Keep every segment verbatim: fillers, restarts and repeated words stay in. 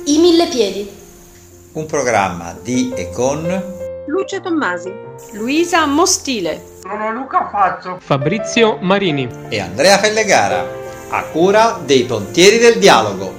I Mille Piedi. Un programma di e con Lucia Tommasi, Luisa Mostile, sono Luca Fazzo, Fabrizio Marini e Andrea Fellegara, a cura dei Pontieri del Dialogo.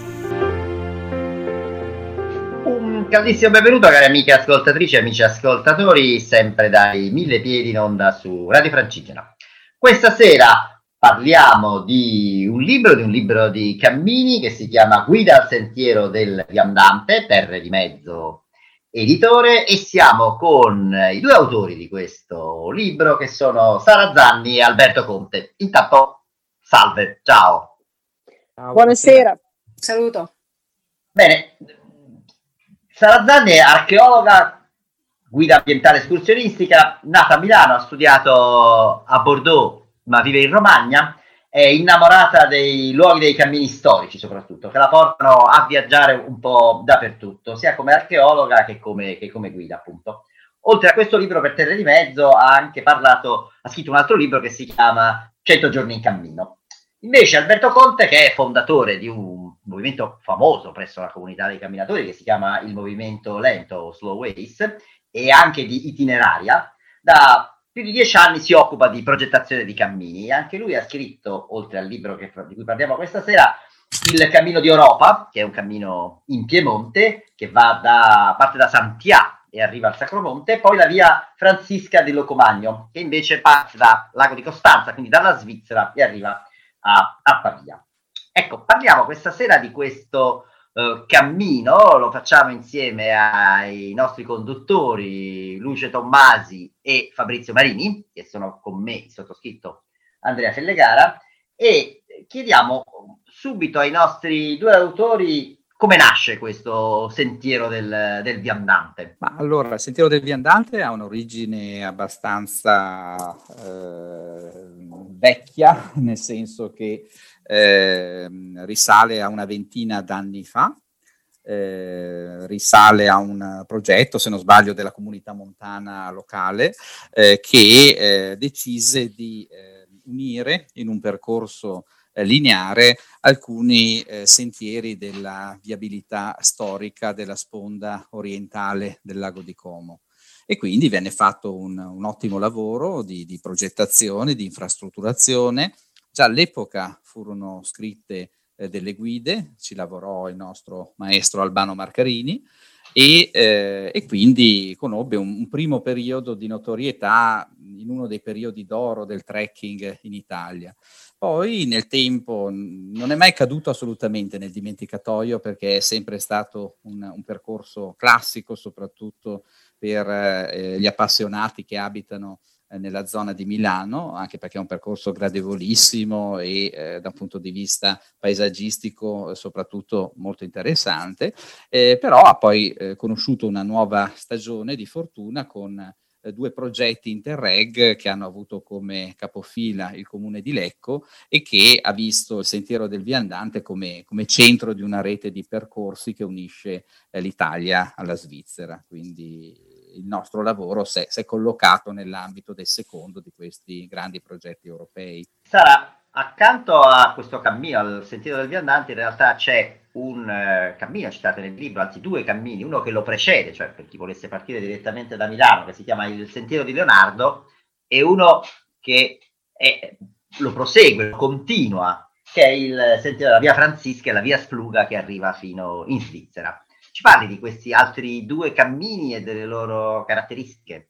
Un caldissimo benvenuto cari amiche ascoltatrici e amici ascoltatori, sempre dai Mille Piedi in onda su Radio Francigena. Questa sera parliamo di un libro, di un libro di Cammini che si chiama Guida al sentiero del viandante, Terre di Mezzo editore, e siamo con i due autori di questo libro che sono Sara Zanni e Alberto Conte. Intanto, salve, ciao. ciao buonasera. Saluto. Bene, Sara Zanni è archeologa, guida ambientale escursionistica, nata a Milano, ha studiato a Bordeaux ma vive in Romagna, è innamorata dei luoghi, dei cammini storici soprattutto, che la portano a viaggiare un po' dappertutto, sia come archeologa che come, che come guida, appunto. Oltre a questo libro per Terre di Mezzo ha anche parlato, ha scritto un altro libro che si chiama cento giorni in cammino. Invece Alberto Conte, che è fondatore di un movimento famoso presso la comunità dei camminatori che si chiama il Movimento Lento, Slow Ways, e anche di Itineraria, da più di dieci anni si occupa di progettazione di cammini. Anche lui ha scritto, oltre al libro che, di cui parliamo questa sera, il Cammino di Europa, che è un cammino in Piemonte, che va da, parte da Santià e arriva al Sacromonte, poi la via Francisca di Locomagno, che invece parte da Lago di Costanza, quindi dalla Svizzera, e arriva a, a Pavia. Ecco, parliamo questa sera di questo Uh, cammino, lo facciamo insieme ai nostri conduttori Lucia Tommasi e Fabrizio Marini, che sono con me, il sottoscritto Andrea Fellegara, e chiediamo subito ai nostri due autori come nasce questo sentiero del, del viandante. Ma allora, il sentiero del viandante ha un'origine abbastanza eh, vecchia, nel senso che Eh, risale a una ventina d'anni fa, eh, risale a un progetto, se non sbaglio, della comunità montana locale eh, che eh, decise di eh, unire in un percorso eh, lineare alcuni eh, sentieri della viabilità storica della sponda orientale del lago di Como. E quindi venne fatto un, un ottimo lavoro di, di progettazione, di infrastrutturazione. Già all'epoca furono scritte eh, delle guide, ci lavorò il nostro maestro Albano Marcarini e, eh, e quindi conobbe un, un primo periodo di notorietà in uno dei periodi d'oro del trekking in Italia. Poi nel tempo non è mai caduto assolutamente nel dimenticatoio perché è sempre stato un, un percorso classico, soprattutto per eh, gli appassionati che abitano nella zona di Milano, anche perché è un percorso gradevolissimo e eh, da un punto di vista paesaggistico eh, soprattutto molto interessante, eh, però ha poi eh, conosciuto una nuova stagione di fortuna con eh, due progetti Interreg che hanno avuto come capofila il comune di Lecco e che ha visto il Sentiero del Viandante come, come centro di una rete di percorsi che unisce eh, l'Italia alla Svizzera, quindi il nostro lavoro si è, si è collocato nell'ambito del secondo di questi grandi progetti europei. Sara, accanto a questo cammino, al Sentiero del Viandante, in realtà c'è un uh, cammino citato nel libro, anzi due cammini, uno che lo precede, cioè per chi volesse partire direttamente da Milano, che si chiama il Sentiero di Leonardo, e uno che è, lo prosegue, lo continua, che è il Sentiero della via Francisca e la via Spluga che arriva fino in Svizzera. Ci parli di questi altri due cammini e delle loro caratteristiche?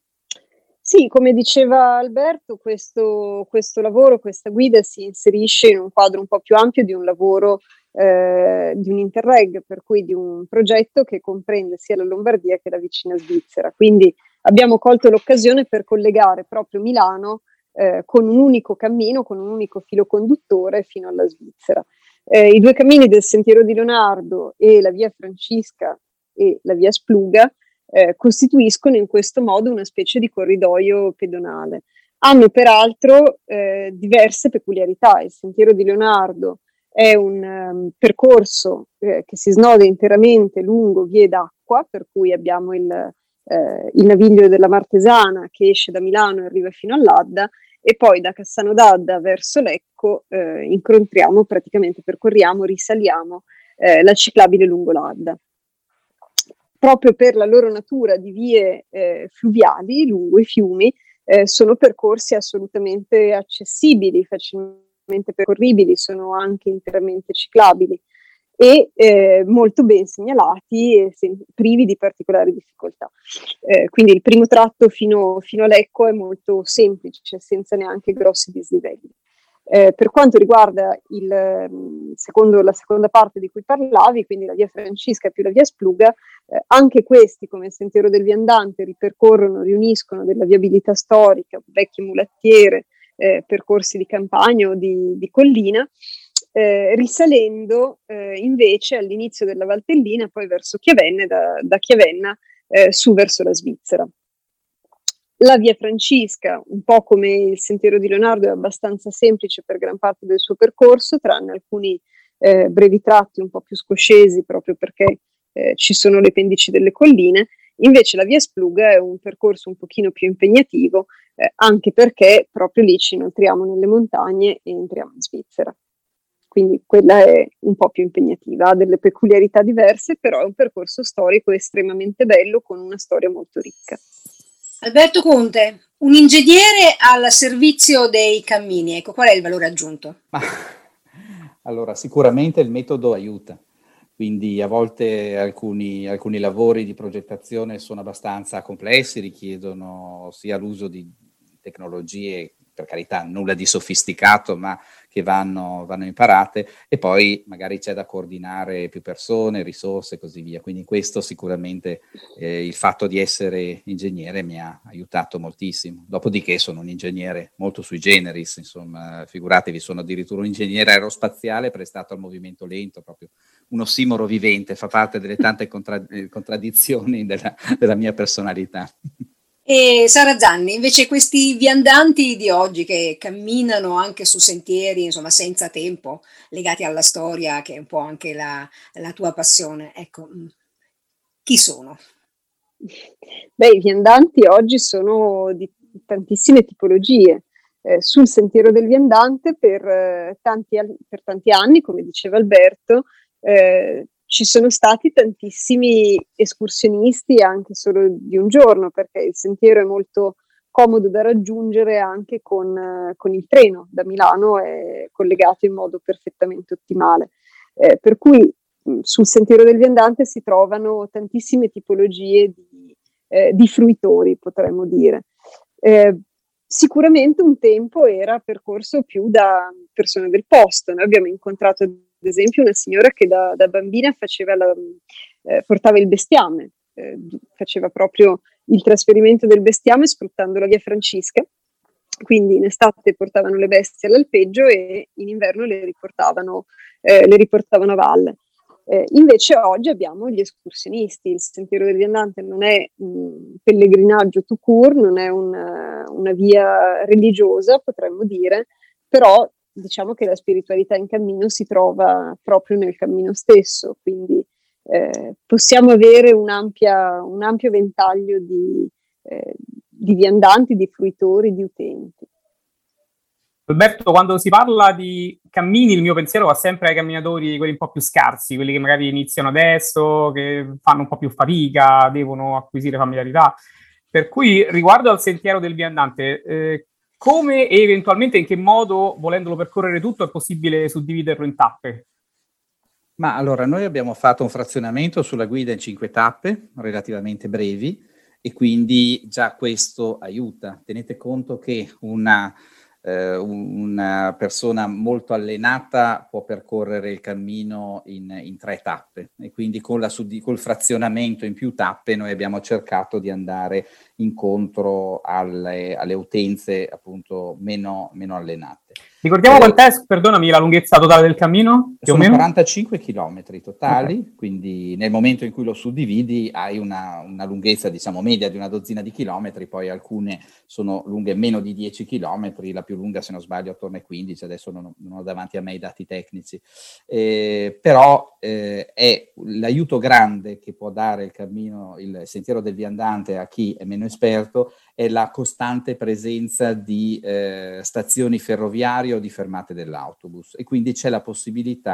Sì, come diceva Alberto, questo, questo lavoro, questa guida si inserisce in un quadro un po' più ampio di un lavoro, eh, di un Interreg, per cui di un progetto che comprende sia la Lombardia che la vicina Svizzera. Quindi abbiamo colto l'occasione per collegare proprio Milano eh, con un unico cammino, con un unico filo conduttore fino alla Svizzera. Eh, I due cammini del Sentiero di Leonardo e la via Francisca e la via Spluga eh, costituiscono in questo modo una specie di corridoio pedonale. Hanno peraltro eh, diverse peculiarità. Il Sentiero di Leonardo è un um, percorso eh, che si snoda interamente lungo vie d'acqua, per cui abbiamo il, eh, il naviglio della Martesana che esce da Milano e arriva fino all'Adda, e poi da Cassano d'Adda verso Lecco eh, incontriamo, praticamente percorriamo, risaliamo eh, la ciclabile lungo l'Adda. Proprio per la loro natura di vie eh, fluviali lungo i fiumi, eh, sono percorsi assolutamente accessibili, facilmente percorribili, sono anche interamente ciclabili e eh, molto ben segnalati e se- privi di particolari difficoltà. Eh, quindi il primo tratto fino, fino a Lecco è molto semplice, senza neanche grossi dislivelli. Eh, per quanto riguarda il, mh, secondo la seconda parte di cui parlavi, quindi la via Francisca più la via Spluga, eh, anche questi, come il Sentiero del Viandante, ripercorrono, riuniscono della viabilità storica, vecchie mulattiere, eh, percorsi di campagna o di, di collina, eh, risalendo eh, invece all'inizio della Valtellina, poi verso Chiavenna e da, da Chiavenna eh, su verso la Svizzera. La via Francisca, un po' come il Sentiero di Leonardo, è abbastanza semplice per gran parte del suo percorso, tranne alcuni eh, brevi tratti un po' più scoscesi, proprio perché eh, ci sono le pendici delle colline. Invece la via Spluga è un percorso un pochino più impegnativo, eh, anche perché proprio lì ci inoltriamo nelle montagne e entriamo in Svizzera. Quindi quella è un po' più impegnativa, ha delle peculiarità diverse, però è un percorso storico estremamente bello, con una storia molto ricca. Alberto Conte, un ingegnere al servizio dei cammini, ecco, qual è il valore aggiunto? Ma, allora, sicuramente il metodo aiuta, quindi a volte alcuni, alcuni lavori di progettazione sono abbastanza complessi, richiedono sia l'uso di tecnologie, per carità, nulla di sofisticato, ma che vanno, vanno imparate, e poi magari c'è da coordinare più persone, risorse e così via. Quindi in questo sicuramente eh, il fatto di essere ingegnere mi ha aiutato moltissimo. Dopodiché sono un ingegnere molto sui generis, insomma, figuratevi, sono addirittura un ingegnere aerospaziale prestato al movimento lento, proprio un ossimoro vivente, fa parte delle tante contra- contraddizioni della, della mia personalità. E Sara Zanni, invece questi viandanti di oggi che camminano anche su sentieri, insomma, senza tempo, legati alla storia, che è un po' anche la, la tua passione, ecco, mm, chi sono? Beh, i viandanti oggi sono di tantissime tipologie. Eh, sul Sentiero del Viandante per, eh, tanti, an- per tanti anni, come diceva Alberto, eh, ci sono stati tantissimi escursionisti anche solo di un giorno, perché il sentiero è molto comodo da raggiungere anche con, eh, con il treno. Da Milano è collegato in modo perfettamente ottimale. Eh, per cui mh, sul Sentiero del Viandante si trovano tantissime tipologie di, eh, di fruitori, potremmo dire. Eh, Sicuramente un tempo era percorso più da persone del posto. Noi abbiamo incontrato, ad esempio, una signora che da, da bambina faceva la, eh, portava il bestiame, eh, faceva proprio il trasferimento del bestiame sfruttando la via Francisca. Quindi in estate portavano le bestie all'alpeggio e in inverno le riportavano, eh, le riportavano a valle. Eh, invece oggi abbiamo gli escursionisti. Il Sentiero del Viandante non è un pellegrinaggio tout court, non è una, una via religiosa, potremmo dire, però diciamo che la spiritualità in cammino si trova proprio nel cammino stesso, quindi eh, possiamo avere un'ampia, un ampio ventaglio di, eh, di viandanti, di fruitori, di utenti. Alberto, quando si parla di cammini, il mio pensiero va sempre ai camminatori, quelli un po' più scarsi, quelli che magari iniziano adesso, che fanno un po' più fatica, devono acquisire familiarità. Per cui, riguardo al Sentiero del Viandante, eh, come e eventualmente in che modo, volendolo percorrere tutto, è possibile suddividerlo in tappe? Ma allora, noi abbiamo fatto un frazionamento sulla guida in cinque tappe, relativamente brevi, e quindi già questo aiuta. Tenete conto che una... Uh, una persona molto allenata può percorrere il cammino in, in tre tappe, e quindi con la suddi- col frazionamento in più tappe noi abbiamo cercato di andare incontro alle, alle utenze appunto meno, meno allenate. Ricordiamo eh, quant'è, perdonami, la lunghezza totale del cammino? Più o meno? quarantacinque chilometri totali, okay. Quindi nel momento in cui lo suddividi hai una, una lunghezza diciamo media di una dozzina di chilometri, poi alcune sono lunghe meno di dieci chilometri, la più lunga se non sbaglio attorno ai quindici, adesso non, non ho davanti a me i dati tecnici, eh, però eh, è l'aiuto grande che può dare il cammino, il Sentiero del Viandante a chi è meno esperto, è la costante presenza di eh, stazioni ferroviarie o di fermate dell'autobus, e quindi c'è la possibilità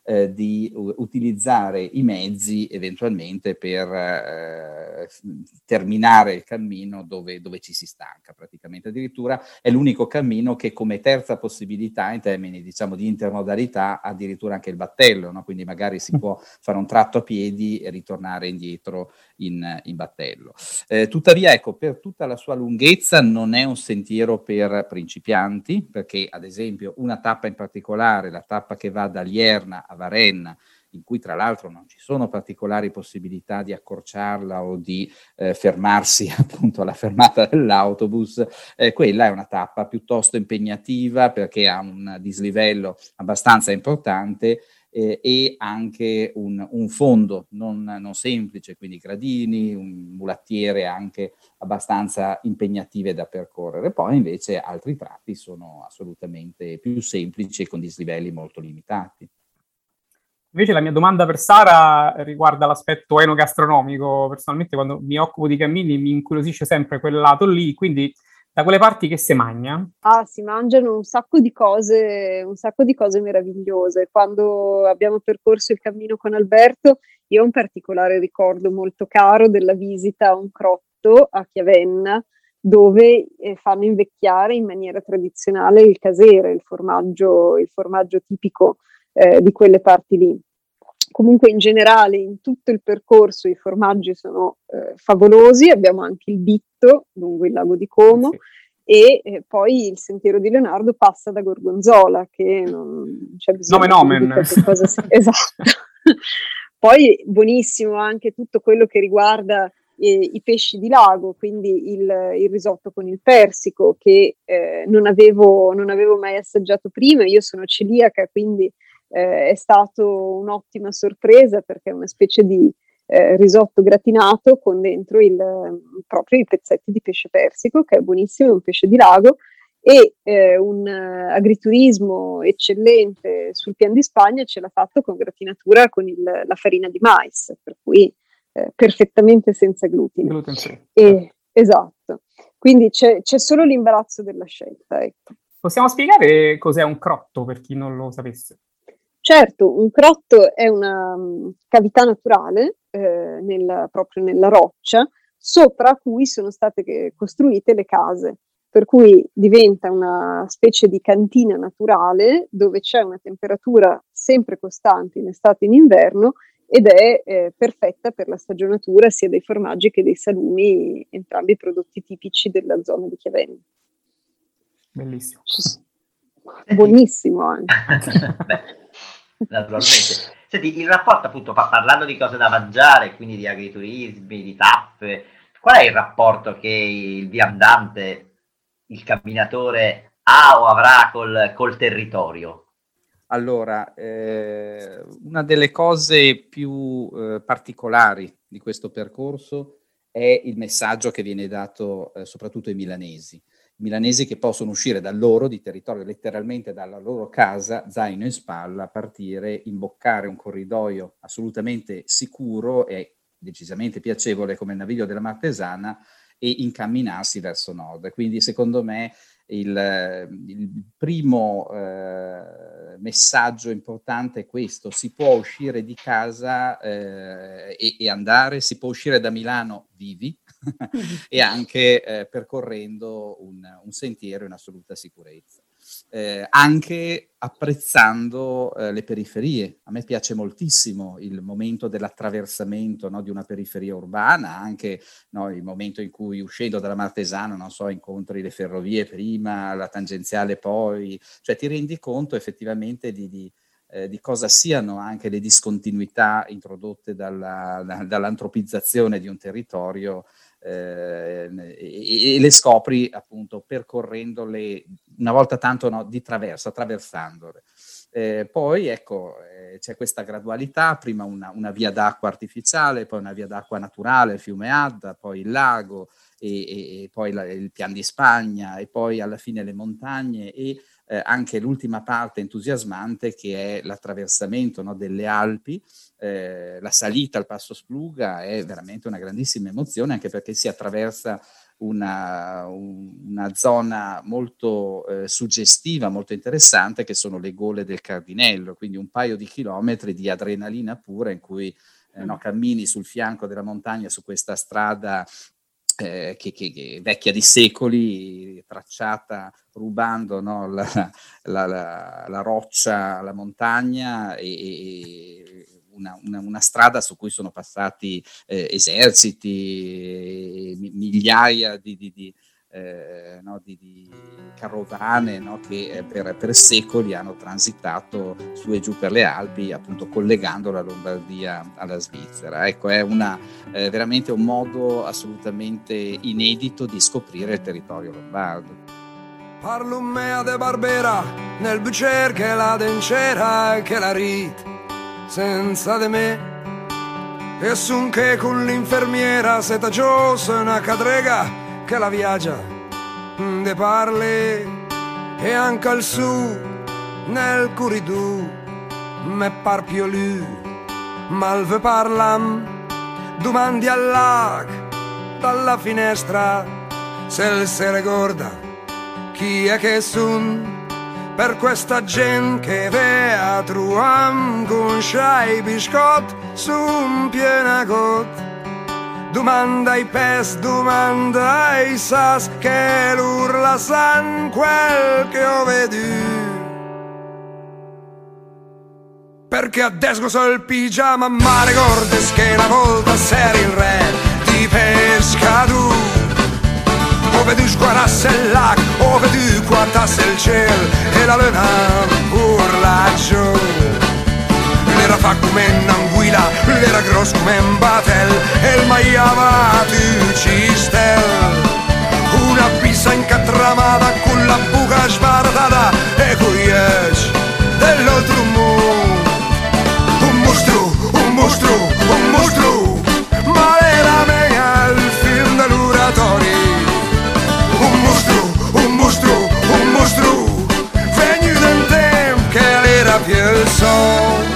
eh, di uh, utilizzare i mezzi eventualmente per eh, terminare il cammino dove, dove ci si stanca praticamente. Addirittura è l'unico cammino che come terza possibilità in termini diciamo di intermodalità ha addirittura anche il battello, no? Quindi magari si può fare un tratto a piedi e ritornare indietro in, in battello. Eh, tuttavia ecco, per tutta la sua lunghezza non è un sentiero per principianti, perché ad esempio una tappa in particolare, la tappa che va da Lierna a Varennes, in cui tra l'altro non ci sono particolari possibilità di accorciarla o di eh, fermarsi appunto alla fermata dell'autobus, eh, quella è una tappa piuttosto impegnativa perché ha un dislivello abbastanza importante eh, e anche un, un fondo non, non semplice, quindi gradini, un mulattiere anche abbastanza impegnative da percorrere. Poi invece altri tratti sono assolutamente più semplici e con dislivelli molto limitati. Invece la mia domanda per Sara riguarda l'aspetto enogastronomico. Personalmente quando mi occupo di cammini mi incuriosisce sempre quel lato lì, quindi da quelle parti che si mangia? Ah, si mangiano un sacco di cose, un sacco di cose meravigliose. Quando abbiamo percorso il cammino con Alberto, io ho un particolare ricordo molto caro della visita a un crotto a Chiavenna, dove eh, fanno invecchiare in maniera tradizionale il casere, il formaggio, il formaggio tipico eh, di quelle parti lì. Comunque in generale in tutto il percorso i formaggi sono eh, favolosi, abbiamo anche il Bitto lungo il lago di Como, sì. e eh, poi il sentiero di Leonardo passa da Gorgonzola, che non c'è bisogno Nomen di che cosa sia. Esatto. Poi buonissimo anche tutto quello che riguarda eh, i pesci di lago, quindi il, il risotto con il persico, che eh, non avevo, non avevo mai assaggiato prima. Io sono celiaca, quindi Eh, è stato un'ottima sorpresa perché è una specie di eh, risotto gratinato con dentro il, proprio i pezzetti di pesce persico, che è buonissimo, è un pesce di lago, e eh, un uh, agriturismo eccellente sul Pian di Spagna ce l'ha fatto con gratinatura con il, la farina di mais, per cui eh, perfettamente senza glutine. Gluten free. E, esatto, quindi c'è, c'è solo l'imbarazzo della scelta. Ecco. Possiamo spiegare cos'è un crotto per chi non lo sapesse? Certo, un crotto è una um, cavità naturale eh, nel, proprio nella roccia, sopra cui sono state che, costruite le case, per cui diventa una specie di cantina naturale dove c'è una temperatura sempre costante in estate e in inverno ed è eh, perfetta per la stagionatura sia dei formaggi che dei salumi, entrambi i prodotti tipici della zona di Chiavenna. Bellissimo. Buonissimo anche. Beh. Naturalmente. Senti, il rapporto appunto pa- parlando di cose da mangiare, quindi di agriturismi, di tappe, qual è il rapporto che il viandante, il camminatore ha o avrà col, col territorio? Allora, eh, una delle cose più eh, particolari di questo percorso è il messaggio che viene dato eh, soprattutto ai milanesi. Milanesi che possono uscire dal loro di territorio, letteralmente dalla loro casa, zaino in spalla, partire, imboccare un corridoio assolutamente sicuro e decisamente piacevole come il Naviglio della Martesana e incamminarsi verso nord. Quindi secondo me il, il primo eh, messaggio importante è questo: si può uscire di casa eh, e, e andare, si può uscire da Milano vivi e anche eh, percorrendo un, un sentiero in assoluta sicurezza. Eh, anche apprezzando eh, le periferie. A me piace moltissimo il momento dell'attraversamento, no, di una periferia urbana, anche no, il momento in cui uscendo dalla Martesana, non so, incontri le ferrovie prima, la tangenziale poi, cioè ti rendi conto effettivamente di, di, eh, di cosa siano anche le discontinuità introdotte dalla, da, dall'antropizzazione di un territorio. Eh, e, e le scopri appunto percorrendole una volta tanto no, di traverso, attraversandole. Eh, poi ecco eh, c'è questa gradualità, prima una, una via d'acqua artificiale, poi una via d'acqua naturale, il fiume Adda, poi il lago e, e, e poi la, il Pian di Spagna e poi alla fine le montagne e eh, anche l'ultima parte entusiasmante, che è l'attraversamento, no, delle Alpi. Eh, la salita al Passo Spluga è veramente una grandissima emozione, anche perché si attraversa una, una zona molto eh, suggestiva, molto interessante, che sono le gole del Cardinello, quindi un paio di chilometri di adrenalina pura in cui eh, no, cammini sul fianco della montagna su questa strada eh, che, che, che vecchia di secoli, tracciata rubando, no, la, la, la, la roccia alla montagna, e, e Una, una, una strada su cui sono passati eh, eserciti, eh, migliaia di, di, di, eh, no, di, di carovane, no, che eh, per, per secoli hanno transitato su e giù per le Alpi, appunto collegando la Lombardia alla Svizzera. Ecco, è una, eh, veramente un modo assolutamente inedito di scoprire il territorio lombardo. Parlo mea de Barbera, nel bucer che la dencera che la rit senza di me, e sun che con l'infermiera seta giosa una cadrega che la viaggia de parle, e anche al su nel curidù me par più lui mal ve parlam, domandi al lag dalla finestra se se ricorda chi è che sun. Per questa gente che vea truam con sciai biscott su un pienagot, domanda ai pes, domanda ai sas, che l'urla san quel che ho veduto. Perché adesso so il pigiama, ma ricordes che una volta sei il re di pescatù. O vedu squarasse il lac, o vedu quantasse il cielo, e la luna urla giù. L'era fa come un'anguilla, l'era grosso come un batel, e il maiava tu cistel. Una pizza incatramata con la buca sbardata e con gli occhi dell'altro mondo. Un mostro, un mostro, un mostro, ma era mega il film dell'oratorio. Un mostro, un mostro, un mostro, venuto in tempo che era più il sol.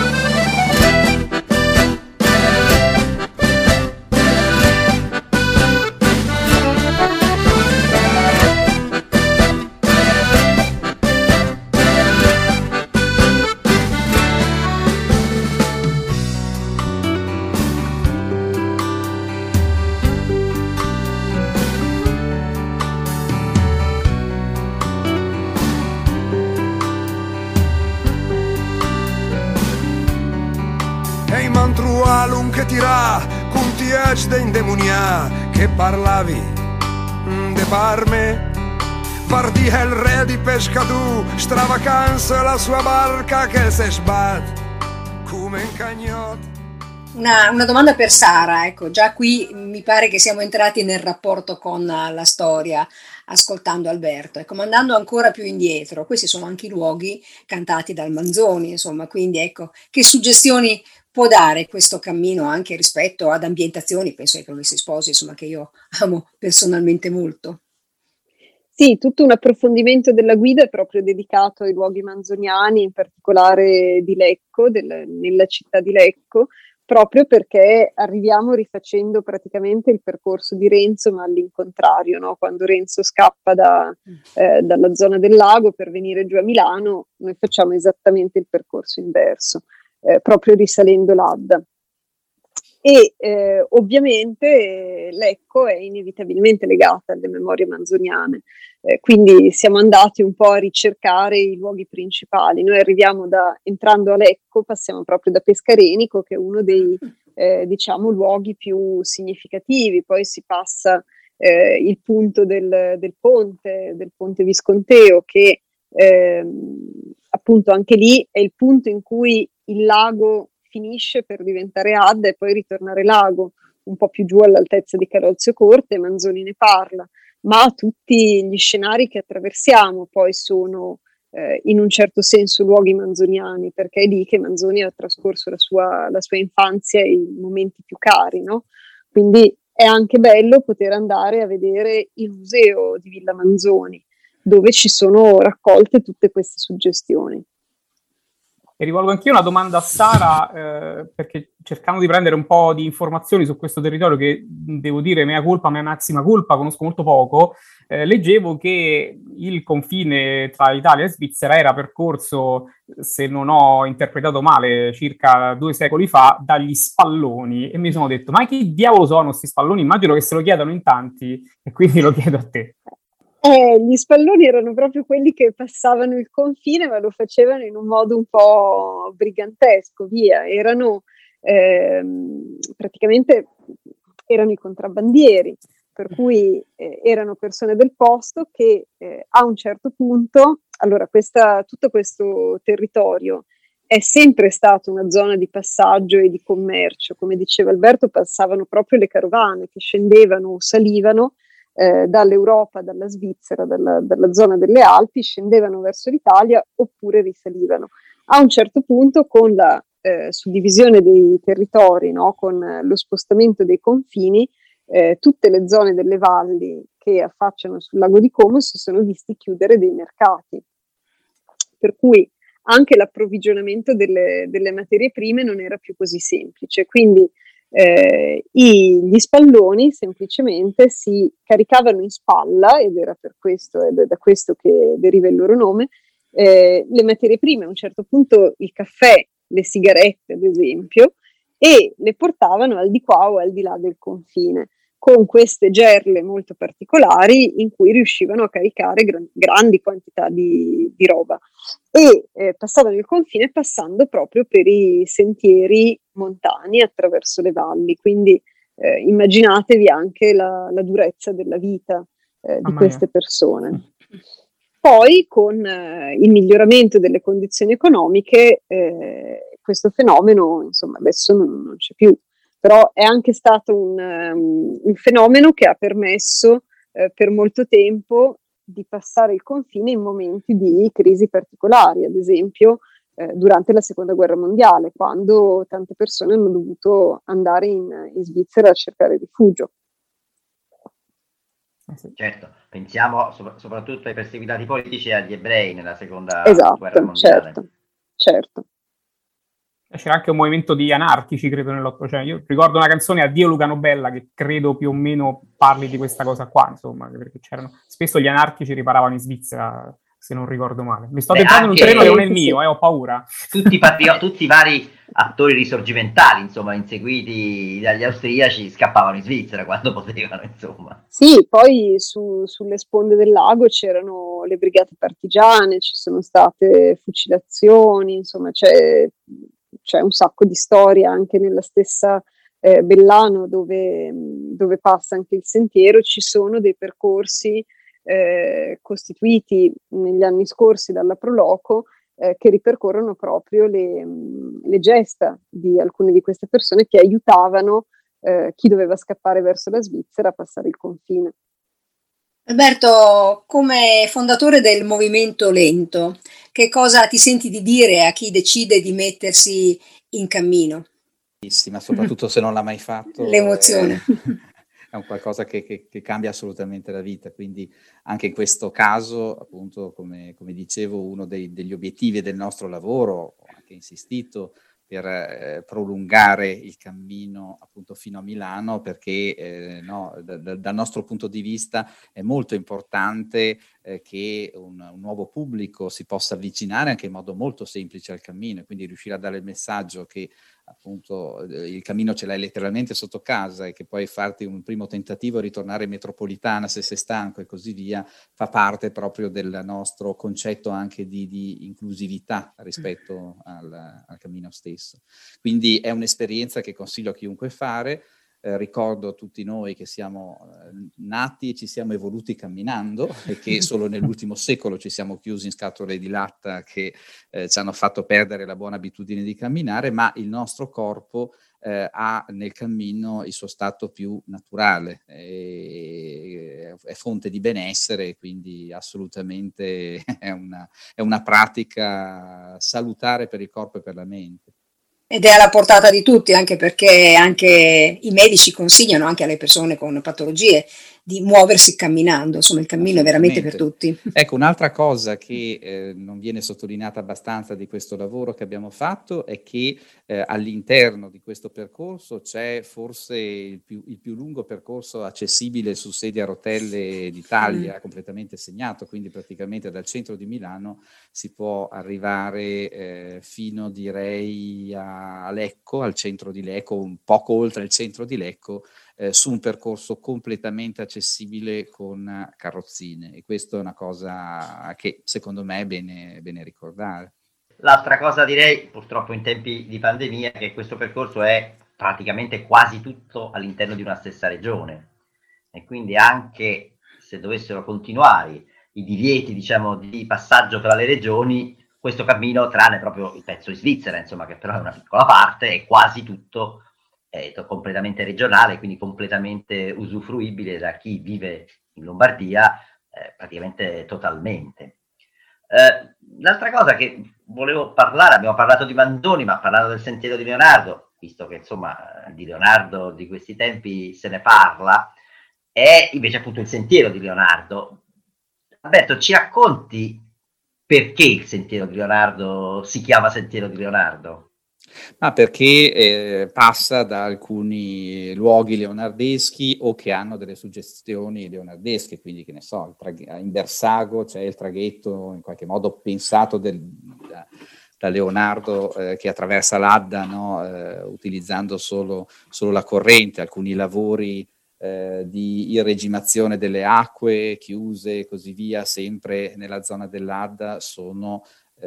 Che tirà con tiec de indemonia, che parlavi de Parme, pardi il re di pescatù, stravacanza la sua barca che se sbat come un cagnot. Una, una domanda per Sara, ecco, già qui mi pare che siamo entrati nel rapporto con la storia, ascoltando Alberto, ecco, ma andando ancora più indietro, questi sono anche i luoghi cantati dal Manzoni, insomma, quindi ecco, che suggestioni può dare questo cammino anche rispetto ad ambientazioni, penso ai Promessi Sposi, insomma, che io amo personalmente molto. Sì, tutto un approfondimento della guida è proprio dedicato ai luoghi manzoniani, in particolare di Lecco, del, nella città di Lecco, proprio perché arriviamo rifacendo praticamente il percorso di Renzo, ma all'incontrario, no? Quando Renzo scappa da, eh, dalla zona del lago per venire giù a Milano, noi facciamo esattamente il percorso inverso. Eh, proprio risalendo l'Adda. E eh, ovviamente eh, Lecco è inevitabilmente legata alle memorie manzoniane, eh, quindi siamo andati un po' a ricercare i luoghi principali. Noi arriviamo da, entrando a Lecco, passiamo proprio da Pescarenico, che è uno dei eh, diciamo luoghi più significativi, poi si passa eh, il punto del, del ponte, del ponte Visconteo, che eh, appunto anche lì è il punto in cui il lago finisce per diventare Adda e poi ritornare lago, un po' più giù all'altezza di Carolzio Corte, Manzoni ne parla, ma tutti gli scenari che attraversiamo poi sono eh, in un certo senso luoghi manzoniani, perché è lì che Manzoni ha trascorso la sua, la sua infanzia e i momenti più cari, no? Quindi è anche bello poter andare a vedere il museo di Villa Manzoni, dove ci sono raccolte tutte queste suggestioni. E rivolgo anch'io una domanda a Sara, eh, perché cercando di prendere un po' di informazioni su questo territorio che, devo dire, mea culpa, mea maxima culpa, conosco molto poco, eh, leggevo che il confine tra Italia e Svizzera era percorso, se non ho interpretato male, circa due secoli fa, dagli spalloni, e mi sono detto, ma chi diavolo sono questi spalloni? Immagino che se lo chiedano in tanti, e quindi lo chiedo a te. Eh, gli spalloni erano proprio quelli che passavano il confine, ma lo facevano in un modo un po' brigantesco, via. Erano ehm, praticamente erano i contrabbandieri, per cui eh, erano persone del posto che eh, a un certo punto, allora questa, tutto questo territorio è sempre stato una zona di passaggio e di commercio, come diceva Alberto, passavano proprio le carovane che scendevano o salivano Eh, dall'Europa, dalla Svizzera, dalla, dalla zona delle Alpi, scendevano verso l'Italia oppure risalivano. A un certo punto, con la eh, suddivisione dei territori, no, con lo spostamento dei confini, eh, tutte le zone delle valli che affacciano sul lago di Como si sono visti chiudere dei mercati. Per cui anche l'approvvigionamento delle, delle materie prime non era più così semplice. Quindi Eh, i, gli spalloni semplicemente si caricavano in spalla, ed era per questo, ed è da questo che deriva il loro nome, eh, le materie prime, a un certo punto il caffè, le sigarette ad esempio, e le portavano al di qua o al di là del confine, con queste gerle molto particolari in cui riuscivano a caricare gran, grandi quantità di, di roba. E eh, passavano il confine passando proprio per i sentieri montani attraverso le valli, quindi eh, immaginatevi anche la, la durezza della vita eh, di queste persone. Poi con eh, il miglioramento delle condizioni economiche eh, questo fenomeno insomma adesso non, non c'è più, però è anche stato un, um, un fenomeno che ha permesso eh, per molto tempo di passare il confine in momenti di crisi particolari, ad esempio eh, durante la seconda guerra mondiale, quando tante persone hanno dovuto andare in, in Svizzera a cercare rifugio. Certo, pensiamo sop- soprattutto ai perseguitati politici e agli ebrei nella seconda esatto, guerra mondiale. Certo, certo. C'era anche un movimento di anarchici, credo, nell'Ottocento. Io ricordo una canzone, Addio Luca Nobella, che credo più o meno parli di questa cosa qua, insomma, perché c'erano spesso gli anarchici riparavano in Svizzera, se non ricordo male. Mi sto entrando in un terreno che non è il mio, eh, ho paura. Tutti i, patri- tutti i vari attori risorgimentali, insomma, inseguiti dagli austriaci, scappavano in Svizzera quando potevano, insomma. Sì, poi su, sulle sponde del lago c'erano le brigate partigiane, ci sono state fucilazioni, insomma, c'è... c'è un sacco di storia anche nella stessa eh, Bellano dove, dove passa anche il sentiero. Ci sono dei percorsi eh, costituiti negli anni scorsi dalla Proloco eh, che ripercorrono proprio le, le gesta di alcune di queste persone che aiutavano eh, chi doveva scappare verso la Svizzera a passare il confine. Alberto, come fondatore del Movimento Lento, che cosa ti senti di dire a chi decide di mettersi in cammino? Ma soprattutto se non l'ha mai fatto. L'emozione. È, è un qualcosa che, che, che cambia assolutamente la vita, quindi anche in questo caso, appunto, come, come dicevo, uno dei, degli obiettivi del nostro lavoro, ho anche insistito, per eh, prolungare il cammino appunto fino a Milano, perché eh, no, da, da, dal nostro punto di vista è molto importante eh, che un, un nuovo pubblico si possa avvicinare anche in modo molto semplice al cammino, e quindi riuscire a dare il messaggio che appunto il cammino ce l'hai letteralmente sotto casa e che puoi farti un primo tentativo e ritornare in metropolitana se sei stanco e così via, fa parte proprio del nostro concetto anche di, di inclusività rispetto al, al cammino stesso. Quindi è un'esperienza che consiglio a chiunque fare. Eh, ricordo a tutti noi che siamo eh, nati e ci siamo evoluti camminando e che solo nell'ultimo secolo ci siamo chiusi in scatole di latta che eh, ci hanno fatto perdere la buona abitudine di camminare, ma il nostro corpo eh, ha nel cammino il suo stato più naturale, e, è fonte di benessere, quindi assolutamente è una, è una pratica salutare per il corpo e per la mente. Ed è alla portata di tutti, anche perché anche i medici consigliano anche alle persone con patologie di muoversi camminando, insomma il cammino è veramente per tutti. Ecco, un'altra cosa che eh, non viene sottolineata abbastanza di questo lavoro che abbiamo fatto è che eh, all'interno di questo percorso c'è forse il più, il più lungo percorso accessibile su sedia a rotelle d'Italia, mm. completamente segnato, quindi praticamente dal centro di Milano si può arrivare eh, fino direi a Lecco, al centro di Lecco, un poco oltre il centro di Lecco, Eh, su un percorso completamente accessibile con carrozzine, e questa è una cosa che secondo me è bene, bene ricordare. L'altra cosa direi, purtroppo in tempi di pandemia, è che questo percorso è praticamente quasi tutto all'interno di una stessa regione, e quindi anche se dovessero continuare i divieti, diciamo, di passaggio tra le regioni, questo cammino, tranne proprio il pezzo in Svizzera, insomma, che però è una piccola parte, è quasi tutto è completamente regionale, quindi completamente usufruibile da chi vive in Lombardia, eh, praticamente totalmente. Eh, l'altra cosa che volevo parlare, abbiamo parlato di Manzoni, ma parlando del Sentiero di Leonardo, visto che insomma di Leonardo di questi tempi se ne parla, è invece appunto il Sentiero di Leonardo. Alberto, ci racconti perché il Sentiero di Leonardo si chiama Sentiero di Leonardo? Ma perché eh, passa da alcuni luoghi leonardeschi o che hanno delle suggestioni leonardesche, quindi che ne so, il traghe- in Bersago c'è il traghetto in qualche modo pensato del, da, da Leonardo eh, che attraversa l'Adda, no? eh, utilizzando solo, solo la corrente, alcuni lavori eh, di irregimazione delle acque chiuse e così via, sempre nella zona dell'Adda, sono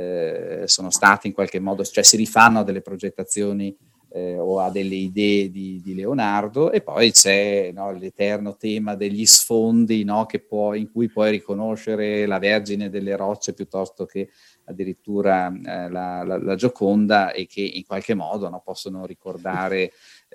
Eh, sono stati in qualche modo, cioè si rifanno a delle progettazioni eh, o a delle idee di, di Leonardo, e poi c'è, no, l'eterno tema degli sfondi, no, che può, in cui puoi riconoscere la Vergine delle Rocce piuttosto che addirittura eh, la, la, la Gioconda, e che in qualche modo, no, possono ricordare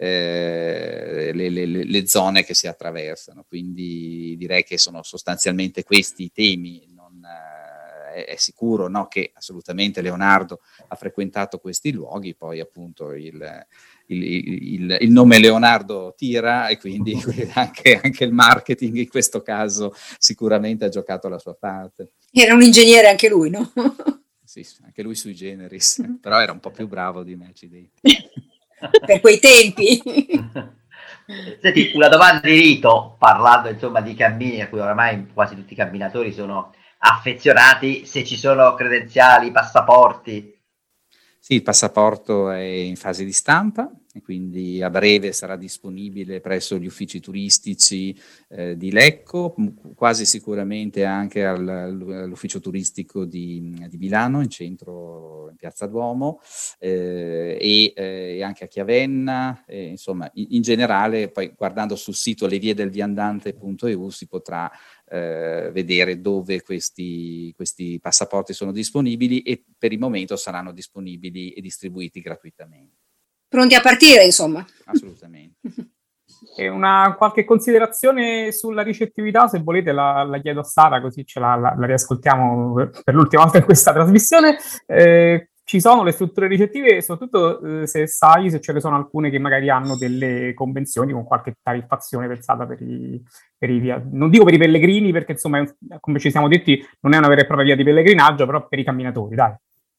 eh, le, le, le zone che si attraversano. Quindi direi che sono sostanzialmente questi i temi. Non, è sicuro, no, che assolutamente Leonardo ha frequentato questi luoghi, poi appunto il, il, il, il nome Leonardo tira, e quindi anche, anche il marketing in questo caso sicuramente ha giocato la sua parte. Era un ingegnere anche lui, no? Sì, anche lui sui generis, però era un po' più bravo di me, accidenti. Per quei tempi. Senti, una domanda di rito, parlando insomma di cammini a cui oramai quasi tutti i camminatori sono affezionati, se ci sono credenziali, passaporti. Sì, il passaporto è in fase di stampa e quindi a breve sarà disponibile presso gli uffici turistici eh, di Lecco, quasi sicuramente anche al, all'ufficio turistico di, di Milano, in centro, in Piazza Duomo, eh, e, eh, e anche a Chiavenna, eh, insomma in, in generale. Poi guardando sul sito leviadelviandante punto e u si potrà Eh, vedere dove questi, questi passaporti sono disponibili, e per il momento saranno disponibili e distribuiti gratuitamente. Pronti a partire, insomma. Assolutamente. E una qualche considerazione sulla ricettività, se volete la, la chiedo a Sara, così ce la, la, la riascoltiamo per, per l'ultima volta in questa trasmissione. Eh, ci sono le strutture ricettive, e soprattutto eh, se sai se ce ne sono alcune che magari hanno delle convenzioni con qualche tariffazione pensata per i, per i via, non dico per i pellegrini, perché insomma, come ci siamo detti, non è una vera e propria via di pellegrinaggio, però per i camminatori, dai.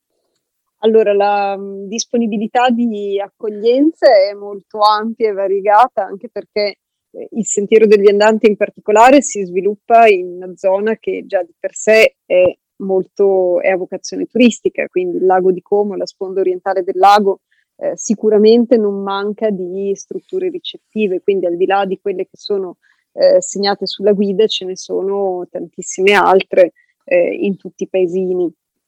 Allora, la mh, disponibilità di accoglienze è molto ampia e variegata, anche perché eh, il Sentiero del Viandante in particolare si sviluppa in una zona che già di per sé è molto è a vocazione turistica, quindi il lago di Como, la sponda orientale del lago, eh, sicuramente non manca di strutture ricettive, quindi al di là di quelle che sono eh, segnate sulla guida, ce ne sono tantissime altre eh, in tutti i paesini,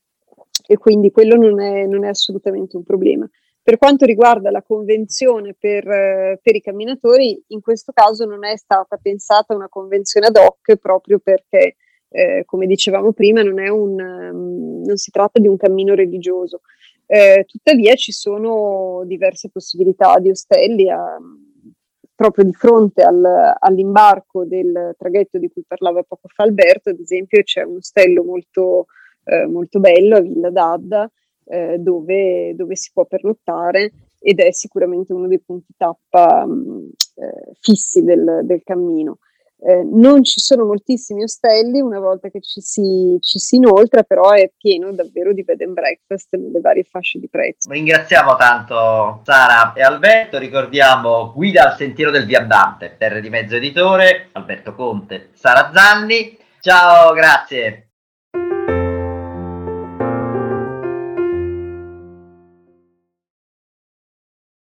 e quindi quello non è, non è assolutamente un problema. Per quanto riguarda la convenzione per, eh, per i camminatori, in questo caso non è stata pensata una convenzione ad hoc, proprio perché Eh, come dicevamo prima, non, è un, um, non si tratta di un cammino religioso. Eh, tuttavia ci sono diverse possibilità di ostelli a, proprio di fronte al, all'imbarco del traghetto di cui parlava poco fa Alberto. Ad esempio c'è un ostello molto, eh, molto bello a Villa d'Adda, eh, dove, dove si può pernottare, ed è sicuramente uno dei punti tappa um, eh, fissi del, del cammino. Eh, non ci sono moltissimi ostelli una volta che ci si, ci si inoltra, però è pieno davvero di bed and breakfast nelle varie fasce di prezzo. Ringraziamo tanto Sara e Alberto, ricordiamo Guida al sentiero del viandante, Terre di Mezzo Editore, Alberto Conte, Sara Zanni. Ciao, grazie.